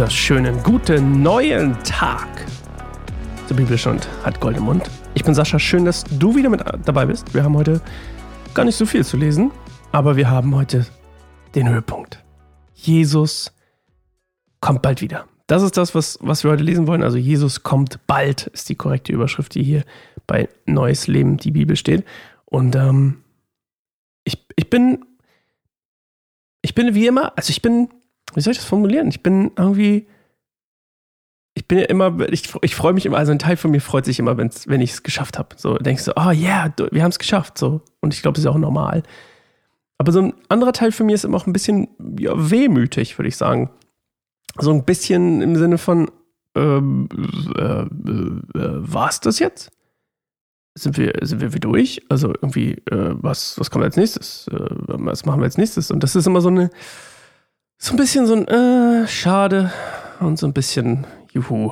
wunderschönen, guten, neuen Tag zur Bibelstunde hat Gold im Mund. Ich bin Sascha, schön, dass du wieder mit dabei bist. Wir haben heute gar nicht so viel zu lesen, aber wir haben heute den Höhepunkt. Jesus kommt bald wieder. Das ist das, was wir heute lesen wollen. Also Jesus kommt bald, ist die korrekte Überschrift, die hier bei Neues Leben, die Bibel steht. Und ich bin wie immer, wie soll ich das formulieren? Ich freue mich immer, also ein Teil von mir freut sich immer, wenn ich es geschafft habe. So denkst du, oh yeah, wir haben es geschafft. So. Und ich glaube, das ist auch normal. Aber so ein anderer Teil von mir ist immer auch ein bisschen wehmütig, würde ich sagen. So ein bisschen im Sinne von, war es das jetzt? Sind wir durch? Also irgendwie, was kommt als nächstes? Was machen wir als nächstes? Und das ist immer so ein bisschen so ein schade und so ein bisschen juhu.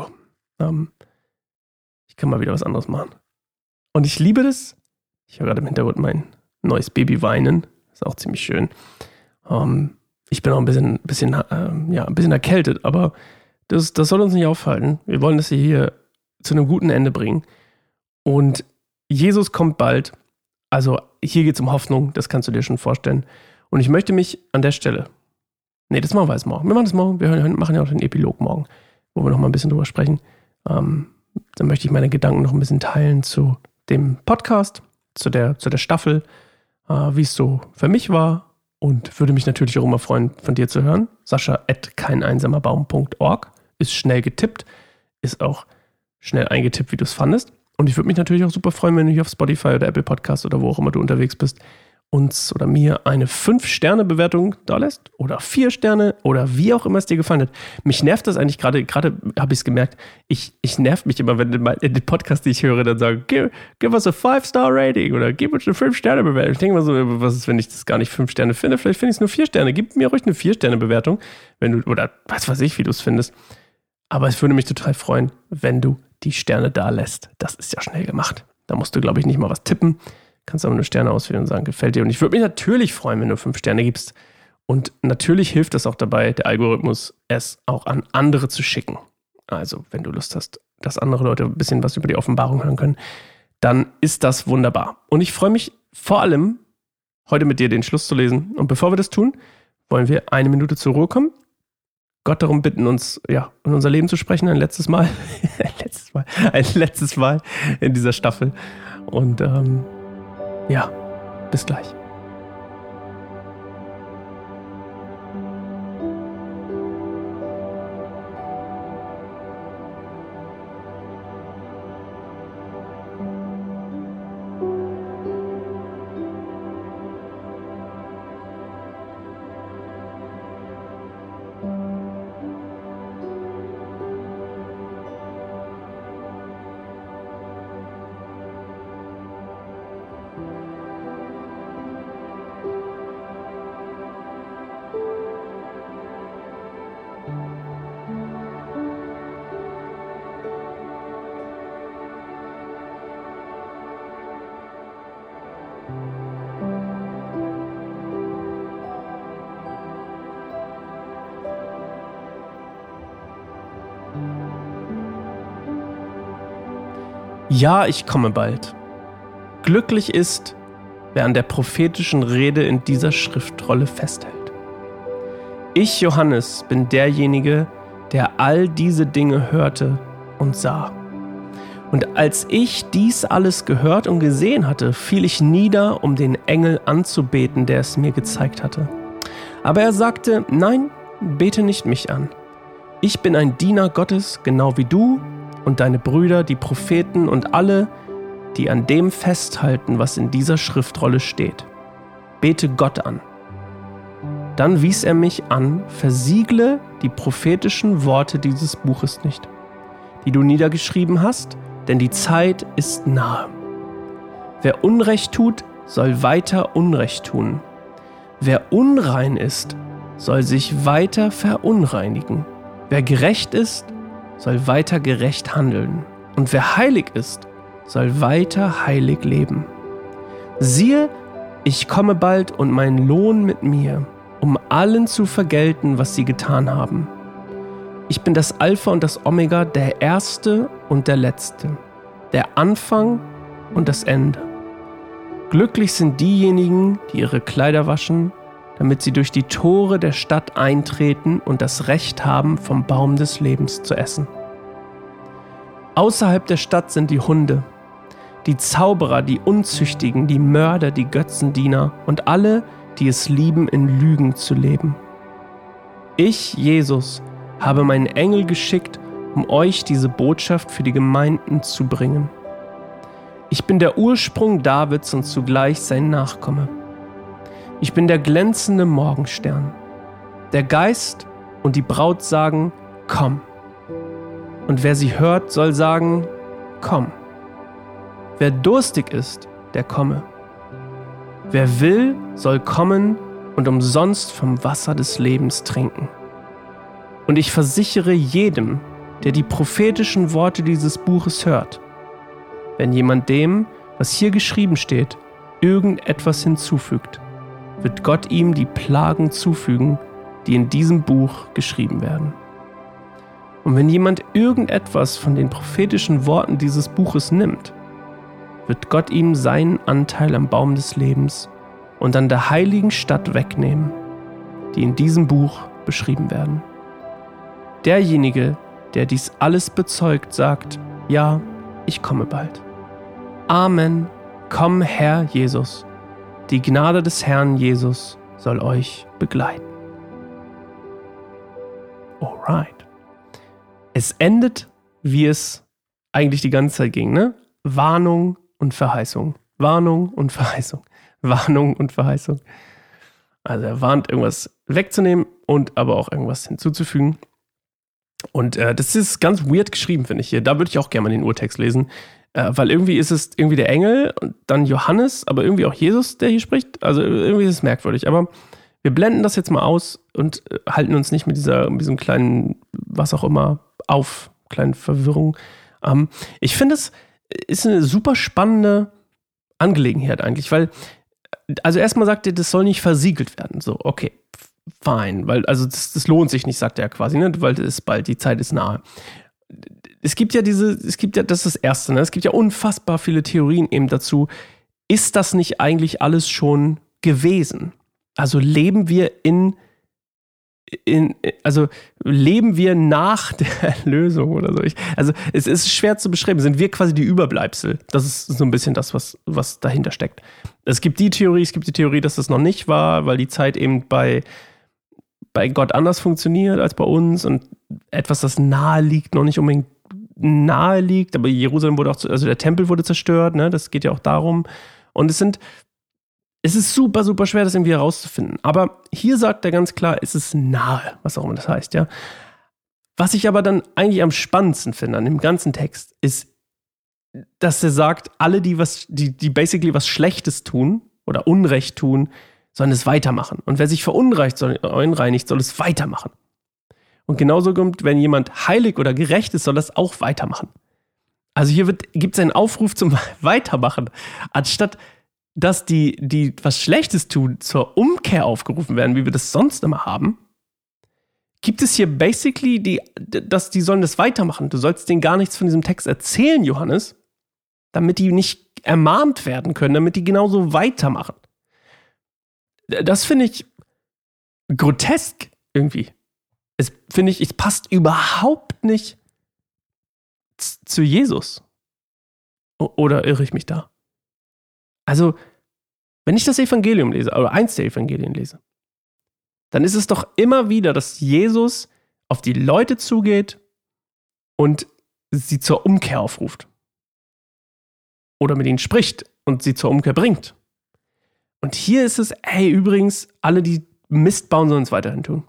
Ich kann mal wieder was anderes machen. Und ich liebe das. Ich höre gerade im Hintergrund mein neues Baby weinen. Ist auch ziemlich schön. Ich bin auch ein bisschen erkältet, aber das soll uns nicht aufhalten. Wir wollen das hier zu einem guten Ende bringen. Und Jesus kommt bald. Also hier geht es um Hoffnung, das kannst du dir schon vorstellen. Und ich möchte mich an der Stelle, das machen wir jetzt morgen. Wir machen das morgen, wir machen ja auch den Epilog morgen, wo wir noch mal ein bisschen drüber sprechen. Dann möchte ich meine Gedanken noch ein bisschen teilen zu dem Podcast, zu der Staffel, wie es so für mich war. Und würde mich natürlich auch immer freuen, von dir zu hören. Sascha@keineinsamerbaum.org ist schnell getippt, ist auch schnell eingetippt, wie du es fandest. Und ich würde mich natürlich auch super freuen, wenn du hier auf Spotify oder Apple Podcast oder wo auch immer du unterwegs bist, uns oder mir eine 5-Sterne-Bewertung da lässt oder 4 Sterne oder wie auch immer es dir gefallen hat. Mich nervt das eigentlich gerade habe ich es gemerkt, ich nerv mich immer, wenn in den Podcast, die ich höre, dann sagen, give us a 5-Star-Rating oder gib uns eine 5-Sterne-Bewertung. Ich denke mal so, was ist, wenn ich das gar nicht 5 Sterne finde? Vielleicht finde ich es nur 4 Sterne. Gib mir ruhig eine 4-Sterne-Bewertung, wenn du, oder was weiß ich, wie du es findest. Aber es würde mich total freuen, wenn du die Sterne da lässt. Das ist ja schnell gemacht. Da musst du, glaube ich, nicht mal was tippen. Kannst aber nur Sterne auswählen und sagen, gefällt dir. Und ich würde mich natürlich freuen, wenn du 5 Sterne gibst. Und natürlich hilft es auch dabei, der Algorithmus, es auch an andere zu schicken. Also, wenn du Lust hast, dass andere Leute ein bisschen was über die Offenbarung hören können, dann ist das wunderbar. Und ich freue mich vor allem, heute mit dir den Schluss zu lesen. Und bevor wir das tun, wollen wir 1 Minute zur Ruhe kommen. Gott darum bitten, uns in unser Leben zu sprechen, ein letztes Mal in dieser Staffel. Und bis gleich. Ja, ich komme bald. Glücklich ist, wer an der prophetischen Rede in dieser Schriftrolle festhält. Ich, Johannes, bin derjenige, der all diese Dinge hörte und sah. Und als ich dies alles gehört und gesehen hatte, fiel ich nieder, um den Engel anzubeten, der es mir gezeigt hatte. Aber er sagte, nein, bete nicht mich an. Ich bin ein Diener Gottes, genau wie du und deine Brüder, die Propheten und alle, die an dem festhalten, was in dieser Schriftrolle steht. Bete Gott an. Dann wies er mich an, versiegle die prophetischen Worte dieses Buches nicht, die du niedergeschrieben hast, denn die Zeit ist nahe. Wer Unrecht tut, soll weiter Unrecht tun. Wer unrein ist, soll sich weiter verunreinigen. Wer gerecht ist, soll weiter gerecht handeln. Und wer heilig ist, soll weiter heilig leben. Siehe, ich komme bald und mein Lohn mit mir, um allen zu vergelten, was sie getan haben. Ich bin das Alpha und das Omega, der Erste und der Letzte, der Anfang und das Ende. Glücklich sind diejenigen, die ihre Kleider waschen, damit sie durch die Tore der Stadt eintreten und das Recht haben, vom Baum des Lebens zu essen. Außerhalb der Stadt sind die Hunde, die Zauberer, die Unzüchtigen, die Mörder, die Götzendiener und alle, die es lieben, in Lügen zu leben. Ich, Jesus, habe meinen Engel geschickt, um euch diese Botschaft für die Gemeinden zu bringen. Ich bin der Ursprung Davids und zugleich sein Nachkomme. Ich bin der glänzende Morgenstern. Der Geist und die Braut sagen, komm. Und wer sie hört, soll sagen, komm. Wer durstig ist, der komme. Wer will, soll kommen und umsonst vom Wasser des Lebens trinken. Und ich versichere jedem, der die prophetischen Worte dieses Buches hört, wenn jemand dem, was hier geschrieben steht, irgendetwas hinzufügt, wird Gott ihm die Plagen zufügen, die in diesem Buch geschrieben werden. Und wenn jemand irgendetwas von den prophetischen Worten dieses Buches nimmt, wird Gott ihm seinen Anteil am Baum des Lebens und an der heiligen Stadt wegnehmen, die in diesem Buch beschrieben werden. Derjenige, der dies alles bezeugt, sagt, ja, ich komme bald. Amen, komm Herr Jesus. Die Gnade des Herrn Jesus soll euch begleiten. Alright. Es endet, wie es eigentlich die ganze Zeit ging, ne? Warnung und Verheißung. Warnung und Verheißung. Warnung und Verheißung. Also er warnt, irgendwas wegzunehmen und aber auch irgendwas hinzuzufügen. Und das ist ganz weird geschrieben, finde ich hier. Da würde ich auch gerne mal den Urtext lesen. Weil irgendwie ist es irgendwie der Engel und dann Johannes, aber irgendwie auch Jesus, der hier spricht. Also irgendwie ist es merkwürdig. Aber wir blenden das jetzt mal aus und halten uns nicht mit diesem kleinen, was auch immer, auf, kleinen Verwirrung. Ich finde, es ist eine super spannende Angelegenheit eigentlich, weil, also erstmal sagt er, das soll nicht versiegelt werden. So, okay, fine, weil, also das lohnt sich nicht, sagt er quasi, ne? Weil es ist bald, die Zeit ist nahe. Das ist das Erste, ne? Es gibt ja unfassbar viele Theorien eben dazu. Ist das nicht eigentlich alles schon gewesen? Also leben wir leben wir nach der Erlösung oder so? Also es ist schwer zu beschreiben. Sind wir quasi die Überbleibsel? Das ist so ein bisschen das, was dahinter steckt. Es gibt die Theorie, dass das noch nicht war, weil die Zeit eben bei Gott anders funktioniert als bei uns und etwas, das nahe liegt, noch nicht unbedingt nahe liegt, aber Jerusalem wurde auch, also der Tempel wurde zerstört, ne? Das geht ja auch darum. Und es ist super, super schwer, das irgendwie herauszufinden. Aber hier sagt er ganz klar, es ist nahe, was auch immer das heißt, ja. Was ich aber dann eigentlich am spannendsten finde an dem ganzen Text, ist, dass er sagt, alle, die basically was Schlechtes tun oder Unrecht tun, sollen es weitermachen. Und wer sich verunreinigt, soll es weitermachen. Und genauso kommt, wenn jemand heilig oder gerecht ist, soll das auch weitermachen. Also hier gibt es einen Aufruf zum Weitermachen, anstatt dass die was Schlechtes tun, zur Umkehr aufgerufen werden, wie wir das sonst immer haben, gibt es hier basically, dass die sollen das weitermachen. Du sollst denen gar nichts von diesem Text erzählen, Johannes, damit die nicht ermahnt werden können, damit die genauso weitermachen. Das finde ich grotesk irgendwie. Es passt überhaupt nicht zu Jesus. Oder irre ich mich da? Also, wenn ich das Evangelium lese, oder eins der Evangelien lese, dann ist es doch immer wieder, dass Jesus auf die Leute zugeht und sie zur Umkehr aufruft. Oder mit ihnen spricht und sie zur Umkehr bringt. Und hier ist es, hey, übrigens, alle, die Mist bauen, sollen es weiterhin tun.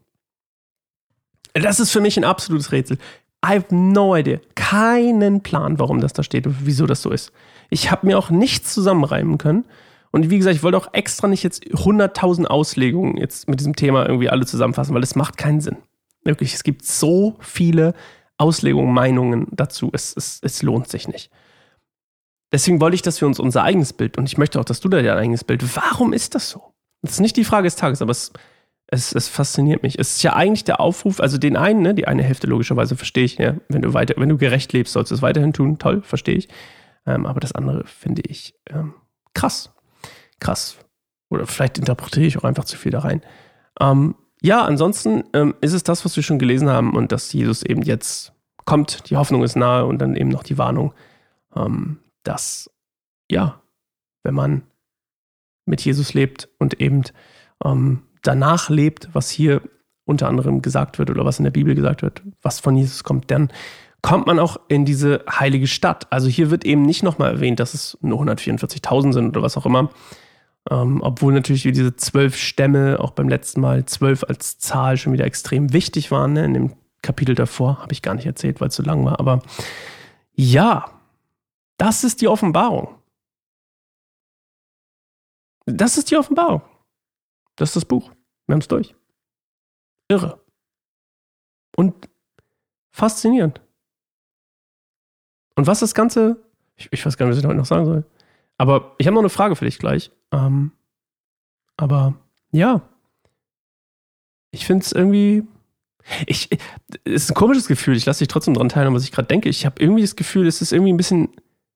Das ist für mich ein absolutes Rätsel. I have no idea. Keinen Plan, warum das da steht und wieso das so ist. Ich habe mir auch nichts zusammenreimen können. Und wie gesagt, ich wollte auch extra nicht jetzt 100.000 Auslegungen jetzt mit diesem Thema irgendwie alle zusammenfassen, weil es macht keinen Sinn. Wirklich, es gibt so viele Auslegungen, Meinungen dazu. Es lohnt sich nicht. Deswegen wollte ich, dass wir uns unser eigenes Bild, und ich möchte auch, dass du da dein eigenes Bild, warum ist das so? Das ist nicht die Frage des Tages, aber Es fasziniert mich. Es ist ja eigentlich der Aufruf, also den einen, ne, die eine Hälfte logischerweise verstehe ich, ja, wenn du gerecht lebst, sollst du es weiterhin tun, toll, verstehe ich. Aber das andere finde ich krass. Oder vielleicht interpretiere ich auch einfach zu viel da rein. Ansonsten ist es das, was wir schon gelesen haben und dass Jesus eben jetzt kommt, die Hoffnung ist nahe und dann eben noch die Warnung, dass, ja, wenn man mit Jesus lebt und eben danach lebt, was hier unter anderem gesagt wird oder was in der Bibel gesagt wird, was von Jesus kommt, dann kommt man auch in diese heilige Stadt. Also hier wird eben nicht nochmal erwähnt, dass es nur 144.000 sind oder was auch immer, obwohl natürlich wie diese 12 Stämme auch beim letzten Mal 12 als Zahl schon wieder extrem wichtig waren, ne? In dem Kapitel davor habe ich gar nicht erzählt, weil es zu lang war, aber ja, das ist die Offenbarung. Das ist die Offenbarung. Das ist das Buch. Wir haben es durch. Irre. Und faszinierend. Und was das Ganze, ich weiß gar nicht, was ich heute noch sagen soll, aber ich habe noch eine Frage für dich gleich. Aber ja, ich finde es irgendwie, es ist ein komisches Gefühl, ich lasse dich trotzdem dran teilhaben, was ich gerade denke. Ich habe irgendwie das Gefühl, es ist irgendwie ein bisschen,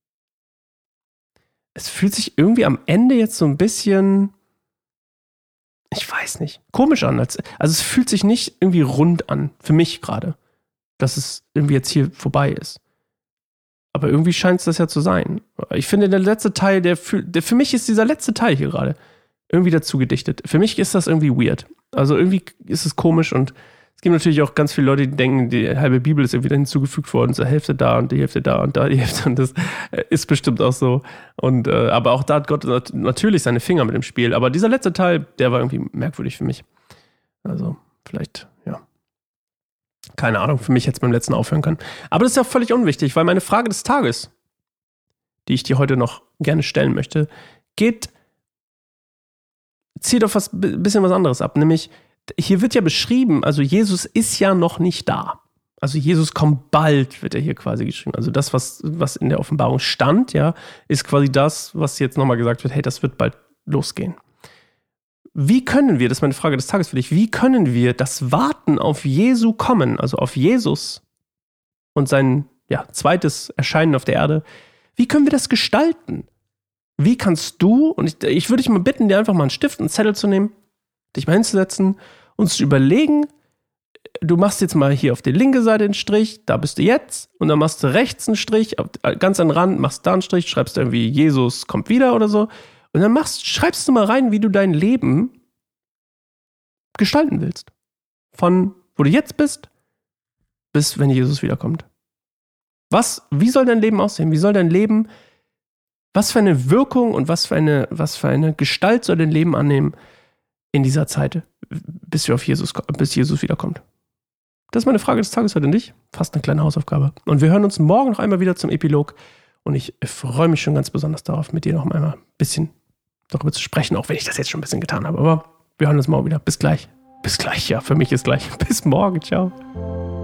es fühlt sich irgendwie am Ende jetzt so ein bisschen, ich weiß nicht, komisch an. Also es fühlt sich nicht irgendwie rund an, für mich gerade, dass es irgendwie jetzt hier vorbei ist. Aber irgendwie scheint es das ja zu sein. Ich finde, der letzte Teil, für mich ist dieser letzte Teil hier gerade irgendwie dazu gedichtet. Für mich ist das irgendwie weird. Also irgendwie ist es komisch und es gibt natürlich auch ganz viele Leute, die denken, die halbe Bibel ist irgendwie hinzugefügt worden, zur Hälfte da und die Hälfte da und da die Hälfte und das ist bestimmt auch so. Und aber auch da hat Gott natürlich seine Finger mit dem Spiel. Aber dieser letzte Teil, der war irgendwie merkwürdig für mich. Also vielleicht, ja. Keine Ahnung, für mich hätte es beim letzten aufhören können. Aber das ist ja völlig unwichtig, weil meine Frage des Tages, die ich dir heute noch gerne stellen möchte, zieht auf ein bisschen was anderes ab. Nämlich, hier wird ja beschrieben, also Jesus ist ja noch nicht da. Also Jesus kommt bald, wird ja hier quasi geschrieben. Also das, was in der Offenbarung stand, ja, ist quasi das, was jetzt nochmal gesagt wird, hey, das wird bald losgehen. Wie können wir, das ist meine Frage des Tages für dich, wie können wir das Warten auf Jesu Kommen, also auf Jesus und sein zweites Erscheinen auf der Erde, wie können wir das gestalten? Wie kannst du, und ich würde dich mal bitten, dir einfach mal einen Stift und einen Zettel zu nehmen, dich mal hinzusetzen und zu überlegen, du machst jetzt mal hier auf die linke Seite einen Strich, da bist du jetzt, und dann machst du rechts einen Strich, ganz an den Rand, machst da einen Strich, schreibst irgendwie, Jesus kommt wieder oder so. Und dann schreibst du mal rein, wie du dein Leben gestalten willst. Von wo du jetzt bist, bis wenn Jesus wiederkommt. Wie soll dein Leben aussehen? Wie soll dein Leben, was für eine Wirkung und was für eine Gestalt soll dein Leben annehmen in dieser Zeit, bis Jesus wiederkommt? Das ist meine Frage des Tages heute an dich. Fast eine kleine Hausaufgabe. Und wir hören uns morgen noch einmal wieder zum Epilog. Und ich freue mich schon ganz besonders darauf, mit dir noch einmal ein bisschen darüber zu sprechen, auch wenn ich das jetzt schon ein bisschen getan habe. Aber wir hören uns morgen wieder. Bis gleich. Bis gleich, ja. Für mich ist gleich. Bis morgen. Ciao.